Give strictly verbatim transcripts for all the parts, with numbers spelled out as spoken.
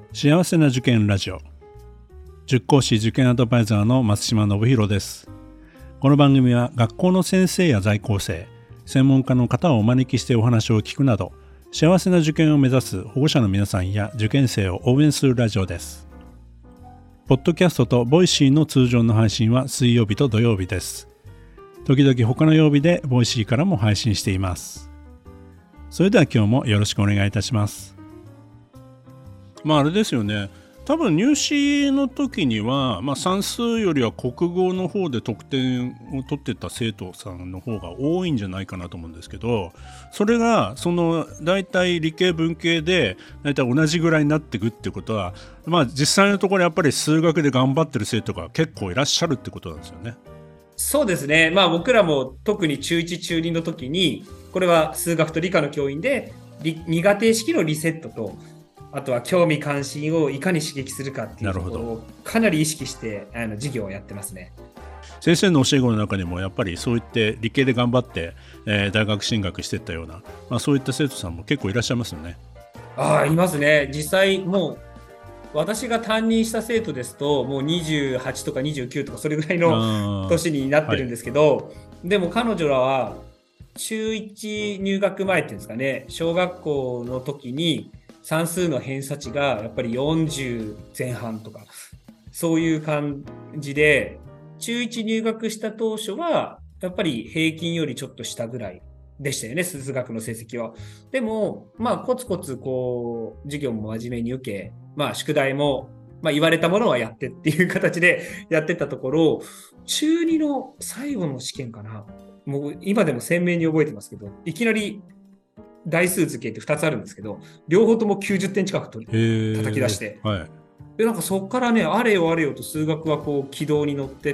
幸せな受験ラジオ、塾講師受験アドバイザーの松島信弘です。この番組は学校の先生や在校生、専門家の方をお招きしてお話を聞くなど、幸せな受験を目指す保護者の皆さんや受験生を応援するラジオです。ポッドキャストとボイシーの通常の配信は水曜日と土曜日です。時々他の曜日でボイシーからも配信しています。それでは今日もよろしくお願いいたします。まああれですよね、多分入試の時には、まあ、算数よりは国語の方で得点を取ってた生徒さんの方が多いんじゃないかなと思うんですけど、それがその大体理系文系で大体同じぐらいになっていくってことは、まあ実際のところやっぱり数学で頑張ってる生徒が結構いらっしゃるってことなんですよね。 そうですね、まあ僕らも特に中いち中にの時に、これは数学と理科の教員で苦手意識のリセットと、あとは興味関心をいかに刺激するかっていうところをかなり意識してあの授業をやってますね。 先生の教え子の中にもやっぱりそういって理系で頑張って、えー、大学進学していったような、まあ、そういった生徒さんも結構いらっしゃいますよね。 ああ、いますね。実際もう私が担任した生徒ですともうにじゅうはちとかにじゅうきゅうとかそれぐらいの年になってるんですけど、はい、でも彼女らは中いち入学前っていうんですかね、小学校の時に算数の偏差値がやっぱりよんじゅうぜん半とかそういう感じで、中いち入学した当初はやっぱり平均よりちょっと下ぐらいでしたよね、数学の成績は。でもまあコツコツこう授業も真面目に受け、まあ宿題もまあ言われたものはやってっていう形でやってたところ、中にの最後の試験かな、もう今でも鮮明に覚えてますけど、いきなり代数図形ってふたつあるんですけど、両方ともきゅうじゅってん近く取り叩き出して、はい、でなんかそこからね、あれよあれよと数学はこう軌道に乗ってって、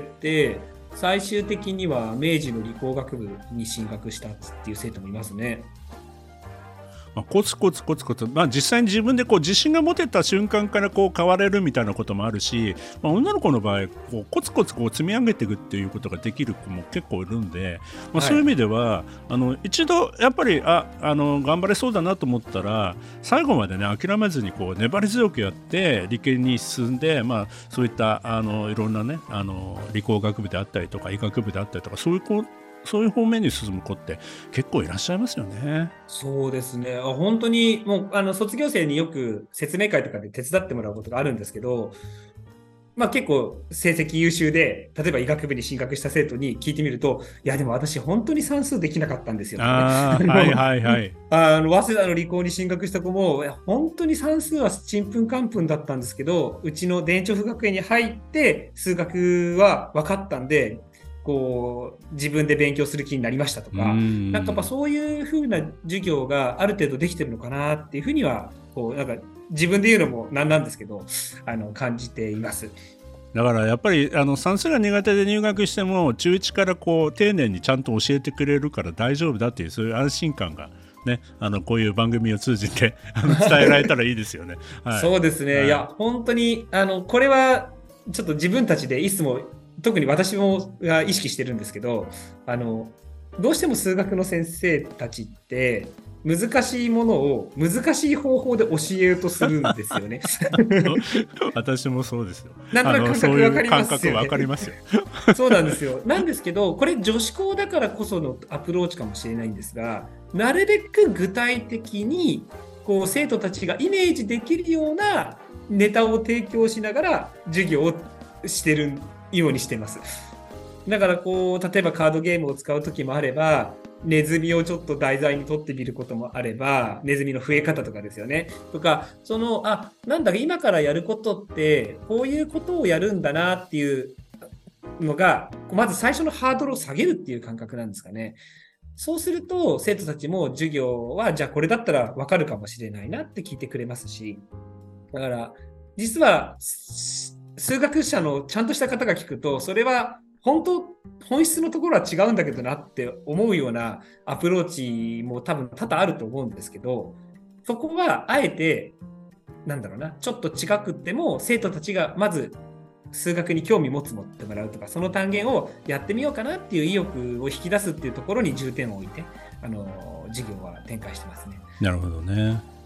最終的には明治の理工学部に進学したっていう生徒もいますね。 まあ、コツコツコツコツ、まあ、実際に自分でこう自信が持てた瞬間からこう変われるみたいなこともあるし、まあ、女の子の場合こうコツコツこう積み上げていくっていうことができる子も結構いるんで、まあ、そういう意味では、はい、あの一度やっぱりああの頑張れそうだなと思ったら最後までね諦めずにこう粘り強くやって理系に進んで、まあ、そういったあのいろんなねあの理工学部であったりとか医学部であったりとかそういう子そういう方面に進む子って結構いらっしゃいますよね。 そうですね。本当にもうあの卒業生によく説明会とかで手伝ってもらうことがあるんですけど、まあ結構成績優秀で、例えば医学部に進学した生徒に聞いてみると、いやでも私本当に算数できなかったんですよ、ね。 あはいはいはい。 あの早稲田の理工に進学した子も、いや本当に算数はちんぷんかんぷんだったんですけど、うちの田園調布学園に入って数学は分かったんで、こう自分で勉強する気になりましたとか、んなんかやっぱそういう風な授業がある程度できてるのかなっていうふうにはこうなんか自分で言うのもなんなんですけど、あの感じています。 だからやっぱりあの算数が苦手で入学しても中いちからこう丁寧にちゃんと教えてくれるから大丈夫だっていうそういう安心感がね、あのこういう番組を通じてあの伝えられたらいいですよね。 はい、そうですね、はい、いや本当にあのこれはちょっと自分たちでいつも特に私もが意識してるんですけど、あのどうしても数学の先生たちって難しいものを難しい方法で教えようとするんですよね。 私もそうですよ。 なんとなく感覚わかりますよね。 感覚わかりますよ。 そうなんですよ。なんですけど、これ女子校だからこそのアプローチかもしれないんですが、なるべく具体的にこう生徒たちがイメージできるようなネタを提供しながら授業をしてるようにしています。だからこう例えばカードゲームを使う時もあれば、ネズミをちょっと題材に取ってみることもあれば、ネズミの増え方とかですよねとか、そのあなんだか今からやることってこういうことをやるんだなっていうのがまず最初のハードルを下げるっていう感覚なんですかね。そうすると生徒たちも授業はじゃあこれだったら分かるかもしれないなって聞いてくれますし、だから実は数学者のちゃんとした方が聞くと、それは本当本質のところは違うんだけどなって思うようなアプローチも多分多々あると思うんですけど、そこはあえてなんだろうな、ちょっと違くっても生徒たちがまず数学に興味持つ持ってもらうとか、その単元をやってみようかなっていう意欲を引き出すっていうところに重点を置いてあの授業は展開してますね。 なるほどね。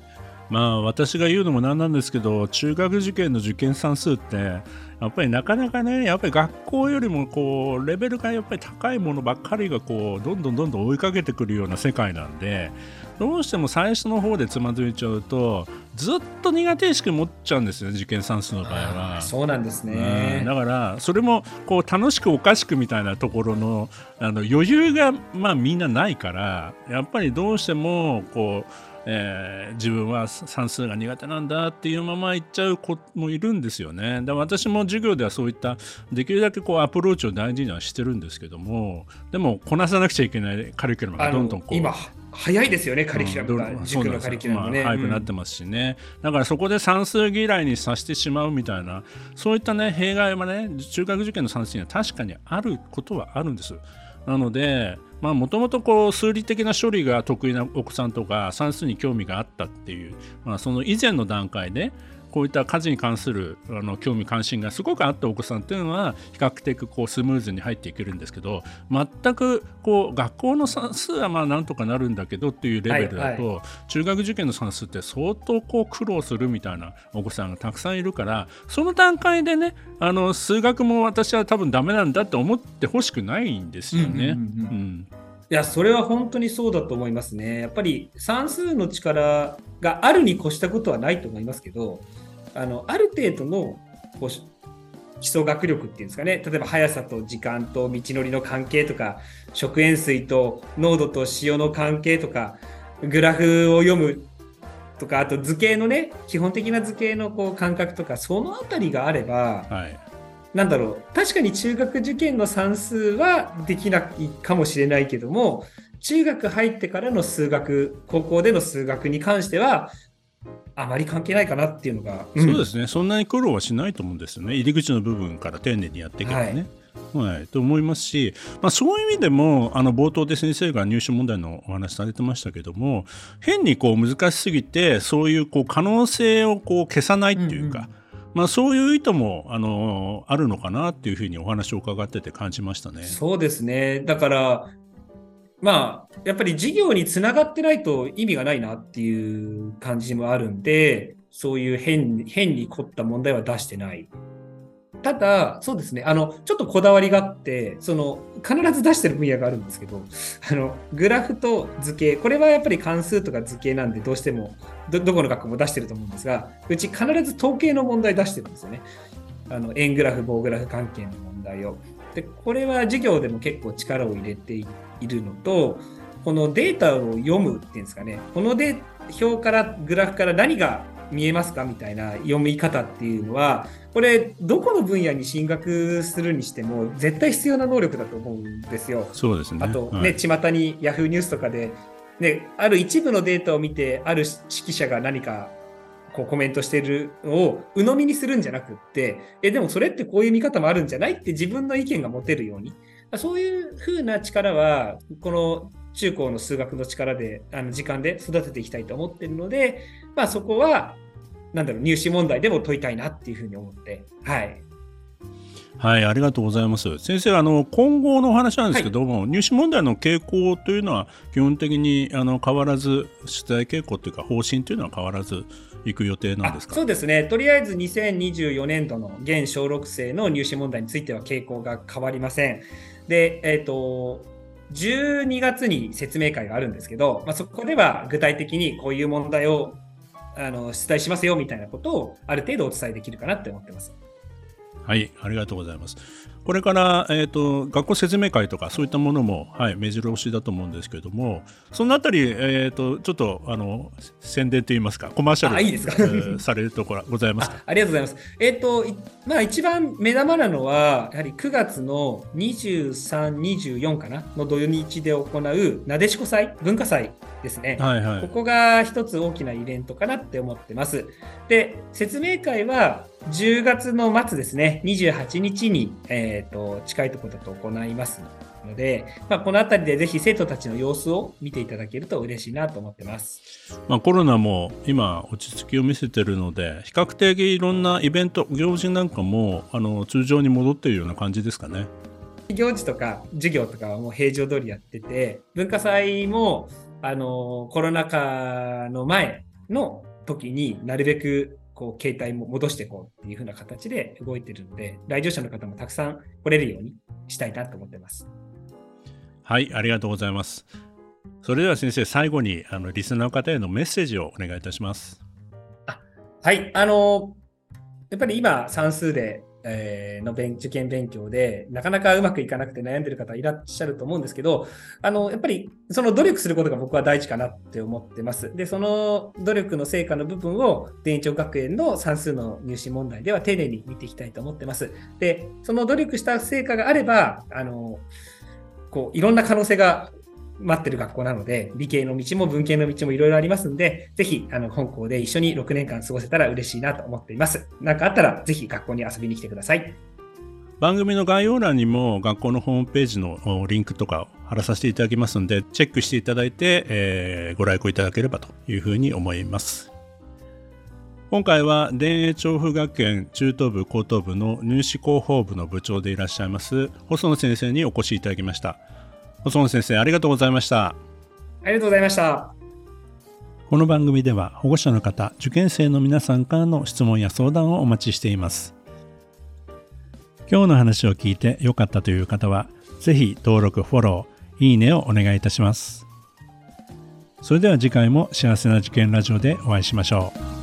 まあ私が言うのもなんなんですけど、中学受験の受験算数ってやっぱりなかなかね、やっぱり学校よりもこうレベルがやっぱり高いものばっかりがこうどんどんどんどん追いかけてくるような世界なんで、どうしても最初の方でつまずいちゃうとずっと苦手意識持っちゃうんですよね、受験算数の場合は。 そうなんですね。 うん、だからそれもこう楽しくおかしくみたいなところの、あの余裕がまあみんなないから、やっぱりどうしてもこうえー、自分は算数が苦手なんだっていうまま言っちゃう子もいるんですよね。だ私も授業ではそういったできるだけこうアプローチを大事にはしてるんですけども、でもこなさなくちゃいけないカリキュラムがどんどんこう今早いですよね、カリキュラムが、 うん、 塾のカリキュラムもね、 まあ、早くなってますしね、うん、だからそこで算数嫌いにさせてしまうみたいな、そういったね弊害はね中学受験の算数には確かにあることはあるんです。なのでもともと数理的な処理が得意なお子さんとか算数に興味があったっていう、まあ、その以前の段階でこういった家事に関するあの興味関心がすごくあったお子さんっていうのは比較的こうスムーズに入っていけるんですけど、全くこう学校の算数はまあなんとかなるんだけどっていうレベルだと、はいはい、中学受験の算数って相当こう苦労するみたいなお子さんがたくさんいるから、その段階でねあの数学も私は多分ダメなんだって思ってほしくないんですよね。 いや、それは本当にそうだと思いますね。やっぱり算数の力があるに越したことはないと思いますけど、あのある程度のこう基礎学力っていうんですかね、例えば速さと時間と道のりの関係とか、食塩水と濃度と塩の関係とか、グラフを読むとか、あと図形のね、基本的な図形のこう感覚とか、そのあたりがあれば、はい、なんだろう、確かに中学受験の算数はできないかもしれないけども、中学入ってからの数学、高校での数学に関してはあまり関係ないかなっていうのが、 うん、そうですね、そんなに苦労はしないと思うんですよね。入り口の部分から丁寧にやっていけばね、はいはい、と思いますし、まあ、そういう意味でもあの冒頭で先生が入試問題のお話されてましたけども、変にこう難しすぎてそういうこう可能性をこう消さないっていうか、うんうん、まあ、そういう意図もあのあるのかなっていうふうにお話を伺ってて感じましたね。 そうですね。だからまあやっぱり授業につながってないと意味がないなっていう感じもあるんで、そういう変変に凝った問題は出してない。ただそうですね、あのちょっとこだわりがあって、その必ず出してる分野があるんですけど、あのグラフと図形、これはやっぱり関数とか図形なんでどうしても ど, どこの学校も出してると思うんですが、うち必ず統計の問題出してるんですよね。あの円グラフ棒グラフ関係の問題を。でこれは授業でも結構力を入れているのと、このデータを読むっていうんですかね、このデ表からグラフから何が見えますかみたいな読み方っていうのは、これどこの分野に進学するにしても絶対必要な能力だと思うんですよ。 そうですね。 あとね、はい、巷にヤフーニュースとかで、ね、ある一部のデータを見てある識者が何かこうコメントしているのを鵜呑みにするんじゃなくって、えでもそれってこういう見方もあるんじゃないって自分の意見が持てるように、そういう風な力はこの中高の数学の力であの時間で育てていきたいと思っているので、まあ、そこはなんだろう、入試問題でも解いたいなっていうふうに思って、はいはい、ありがとうございます。先生、あの今後のお話なんですけども、はい、入試問題の傾向というのは基本的にあの変わらず、出題傾向というか方針というのは変わらずいく予定なんですか？ そうですね、とりあえずにせんにじゅうよねんどの現小ろく生の入試問題については傾向が変わりません。で、えーと、じゅうにがつに説明会があるんですけど、まあ、そこでは具体的にこういう問題をあの出題しますよみたいなことをある程度お伝えできるかなって思ってます。 はい、ありがとうございます。これから、えーと、学校説明会とかそういったものも、はい、目白押しだと思うんですけれども、そのあたり、えーと、ちょっとあの宣伝といいますかコマーシャルいいですか、 えー、されるところございますか？ あ, ありがとうございます。えーとまあ、一番目玉なのはやはりくがつのにじゅうさん、にじゅうよんかなの土日で行うなでしこ祭文化祭ですね、はいはい、ここが一つ大きなイベントかなって思ってます。で、説明会はじゅうがつの末ですね、にじゅうはちにちに、えー、と近いところだと行いますので、まあ、このあたりでぜひ生徒たちの様子を見ていただけると嬉しいなと思ってます。 まあ、コロナも今落ち着きを見せているので、比較的いろんなイベント行事なんかもあの通常に戻っているような感じですかね。 行事とか授業とかはもう平常通りやってて、文化祭もあのコロナ禍の前の時になるべくこう携帯も戻していこうっていう風な形で動いているので、来場者の方もたくさん来れるようにしたいなと思ってます。 はい、ありがとうございます。それでは先生、最後にあのリスナーの方へのメッセージをお願いいたします。 あはい、あのやっぱり今算数で、えー、の勉受験勉強でなかなかうまくいかなくて悩んでる方いらっしゃると思うんですけど、あのやっぱりその努力することが僕は大事かなって思ってます。で、その努力の成果の部分を田園調学園の算数の入試問題では丁寧に見ていきたいと思ってます。で、その努力した成果があれば、あのこういろんな可能性が待ってる学校なので、理系の道も文系の道もいろいろありますので、ぜひあの本校で一緒にろくねんかん過ごせたら嬉しいなと思っています。何かあったらぜひ学校に遊びに来てください。 番組の概要欄にも学校のホームページのリンクとかを貼らさせていただきますので、チェックしていただいて、えー、ご来校いただければというふうに思います。今回は田園調布学園中等部高等部の入試広報部の部長でいらっしゃいます細野先生にお越しいただきました。細野先生、ありがとうございました。 ありがとうございました。 この番組では保護者の方、受験生の皆さんからの質問や相談をお待ちしています。今日の話を聞いて良かったという方は、ぜひ登録、フォロー、いいねをお願いいたします。それでは次回も幸せな受験ラジオでお会いしましょう。